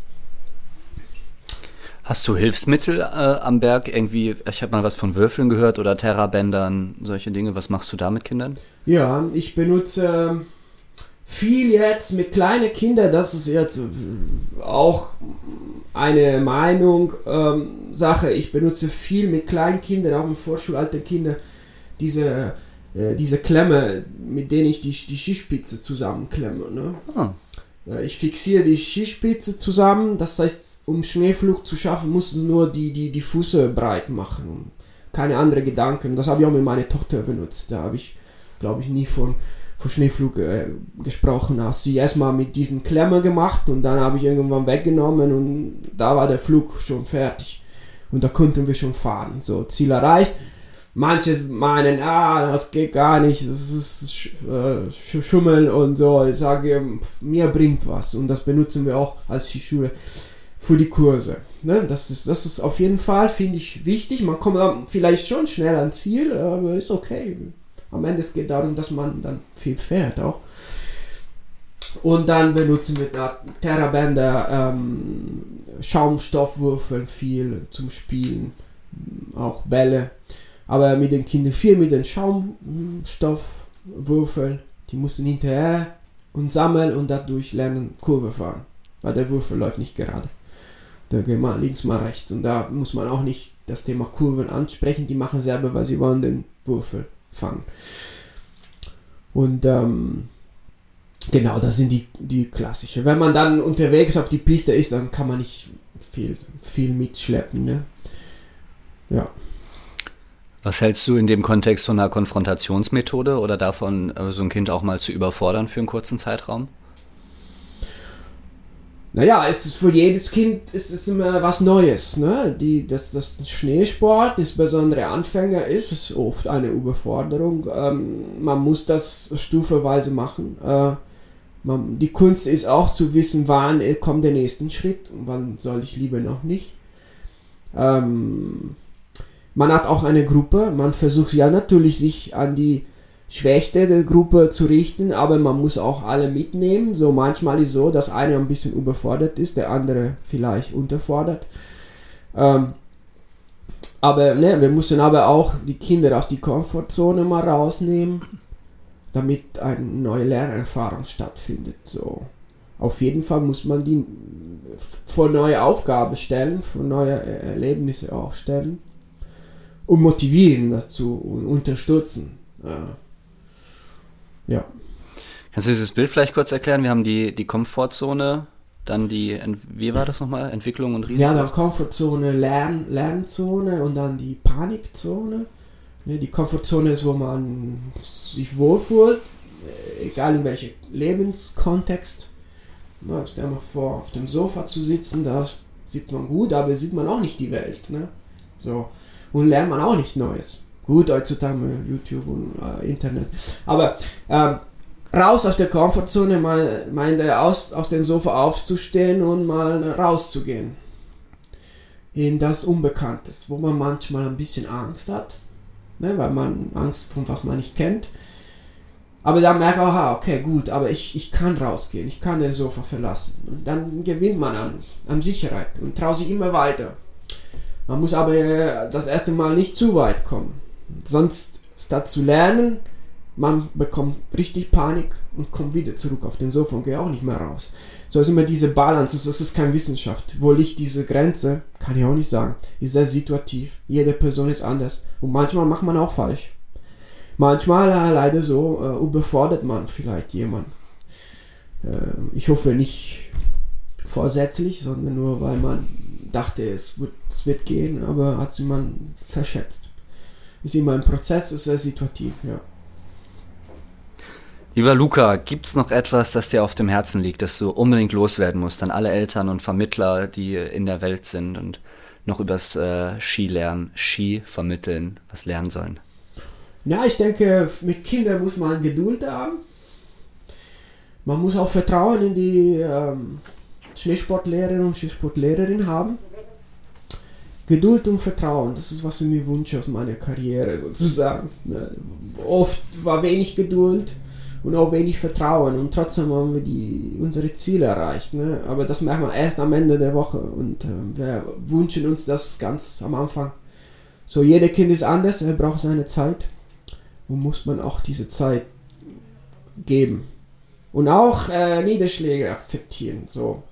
Hast du Hilfsmittel am Berg? Irgendwie, ich habe mal was von Würfeln gehört oder Terrabändern, solche Dinge. Was machst du da mit Kindern? Ja, ich benutze viel jetzt mit kleinen Kindern, das ist jetzt auch eine Meinung, Sache. Ich benutze viel mit kleinen Kindern, auch mit vorschulalten Kindern, diese Klemme, mit denen ich die Skispitze zusammenklemme. Ne? Ah. Ich fixiere die Skispitze zusammen, das heißt, um Schneeflug zu schaffen, musst du nur die Füße breit machen. Keine anderen Gedanken. Das habe ich auch mit meiner Tochter benutzt. Da habe ich, glaube ich, nie von Schneeflug gesprochen. Hast sie erstmal mit diesen Klemmen gemacht und dann habe ich irgendwann weggenommen und da war der Flug schon fertig. Und da konnten wir schon fahren. So, Ziel erreicht. Manche meinen, das geht gar nicht, das ist Schummeln und so. Ich sage, mir bringt was und das benutzen wir auch als Skischule für die Kurse. Ne? Das ist auf jeden Fall, finde ich, wichtig. Man kommt dann vielleicht schon schnell ans Ziel, aber ist okay. Am Ende es geht darum, dass man dann viel fährt auch. Und dann benutzen wir da Terrabänder, Schaumstoffwürfel viel zum Spielen, auch Bälle. Aber mit den Kindern viel mit den Schaumstoffwürfeln. Die müssen hinterher und sammeln und dadurch lernen Kurve fahren. Weil der Würfel läuft nicht gerade. Da geht man links, mal rechts. Und da muss man auch nicht das Thema Kurven ansprechen. Die machen selber, weil sie wollen den Würfel fangen. Und genau, das sind die klassischen. Wenn man dann unterwegs auf die Piste ist, dann kann man nicht viel mitschleppen. Ne? Ja. Was hältst du in dem Kontext von einer Konfrontationsmethode oder davon, so ein Kind auch mal zu überfordern für einen kurzen Zeitraum? Naja, es ist für jedes Kind ist immer was Neues. Ne? Das Schneesport, insbesondere Anfänger, ist es oft eine Überforderung. Man muss das stufenweise machen. Die Kunst ist auch zu wissen, wann kommt der nächste Schritt und wann soll ich lieber noch nicht. Man hat auch eine Gruppe, man versucht ja natürlich sich an die Schwächste der Gruppe zu richten, aber man muss auch alle mitnehmen. So manchmal ist es so, dass einer ein bisschen überfordert ist, der andere vielleicht unterfordert. Aber ne, wir müssen aber auch die Kinder aus die Komfortzone mal rausnehmen, damit eine neue Lernerfahrung stattfindet. So. Auf jeden Fall muss man die vor neue Aufgaben stellen, vor neue Erlebnisse auch stellen. Und motivieren dazu und unterstützen. Ja. Kannst du dieses Bild vielleicht kurz erklären? Wir haben die Komfortzone, dann wie war das nochmal? Entwicklung und Risiko? Ja, dann Komfortzone, Lernzone und dann die Panikzone. Die Komfortzone ist, wo man sich wohlfühlt, egal in welchem Lebenskontext. Stell dir mal vor, auf dem Sofa zu sitzen, da sieht man gut, aber sieht man auch nicht die Welt. Ne? So. Und lernt man auch nicht Neues. Gut, heutzutage mit YouTube und Internet. Aber raus aus der Komfortzone, aus dem Sofa aufzustehen und mal rauszugehen. In das Unbekannte, wo man manchmal ein bisschen Angst hat. Ne, weil man Angst von was man nicht kennt. Aber dann merkt man, okay, gut, aber ich kann rausgehen. Ich kann das Sofa verlassen. Und dann gewinnt man an Sicherheit und traut sich immer weiter. Man muss aber das erste Mal nicht zu weit kommen. Sonst Statt zu lernen, man bekommt richtig Panik und kommt wieder zurück auf den Sofa und geht auch nicht mehr raus. So ist immer diese Balance, das ist keine Wissenschaft. Wo liegt diese Grenze, kann ich auch nicht sagen. Ist sehr situativ, jede Person ist anders und manchmal macht man auch falsch. Manchmal leider so überfordert man vielleicht jemanden. Ich hoffe nicht vorsätzlich, sondern nur weil man dachte, es wird gehen, aber hat sich man verschätzt. Ist immer ein Prozess, ist sehr situativ, ja. Lieber Luca, gibt es noch etwas, das dir auf dem Herzen liegt, das du unbedingt loswerden musst an alle Eltern und Vermittler, die in der Welt sind und noch übers Ski vermitteln, was lernen sollen? Ja, ich denke, mit Kindern muss man Geduld haben. Man muss auch Vertrauen in die Schneesportlehrerinnen und Schneesportlehrerin haben. Geduld und Vertrauen, das ist, was ich mir wünsche aus meiner Karriere sozusagen. Oft war wenig Geduld und auch wenig Vertrauen und trotzdem haben wir unsere Ziele erreicht. Ne? Aber das merkt man erst am Ende der Woche und wir wünschen uns das ganz am Anfang. So, jeder Kind ist anders, er braucht seine Zeit und muss man auch diese Zeit geben. Und auch Niederschläge akzeptieren. So.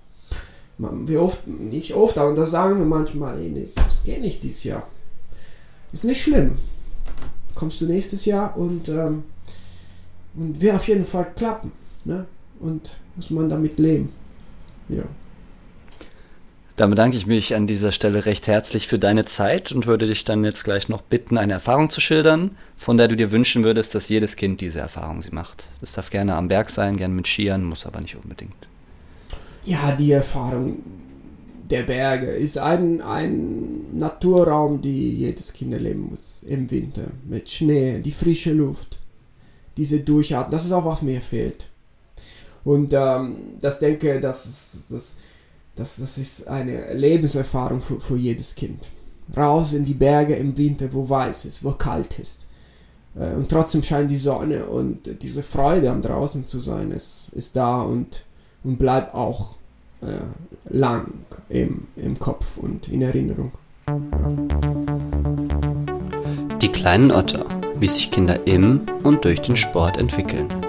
Nicht oft, aber das sagen wir manchmal, das geht nicht dieses Jahr. Ist nicht schlimm. Kommst du nächstes Jahr und wird auf jeden Fall klappen. Ne? Und muss man damit leben. Ja. Dann bedanke ich mich an dieser Stelle recht herzlich für deine Zeit und würde dich dann jetzt gleich noch bitten, eine Erfahrung zu schildern, von der du dir wünschen würdest, dass jedes Kind diese Erfahrung sie macht. Das darf gerne am Berg sein, gerne mit Skiern, muss aber nicht unbedingt. Ja, die Erfahrung der Berge ist ein Naturraum, die jedes Kind erleben muss im Winter. Mit Schnee, die frische Luft, diese Durchatmen, das ist auch, was mir fehlt. Und das denke, das ist eine Lebenserfahrung für jedes Kind. Raus in die Berge im Winter, wo weiß ist, wo kalt ist. Und trotzdem scheint die Sonne und diese Freude am draußen zu sein, ist da und bleibt auch lang im Kopf und in Erinnerung. Die kleinen Otter, wie sich Kinder im und durch den Sport entwickeln.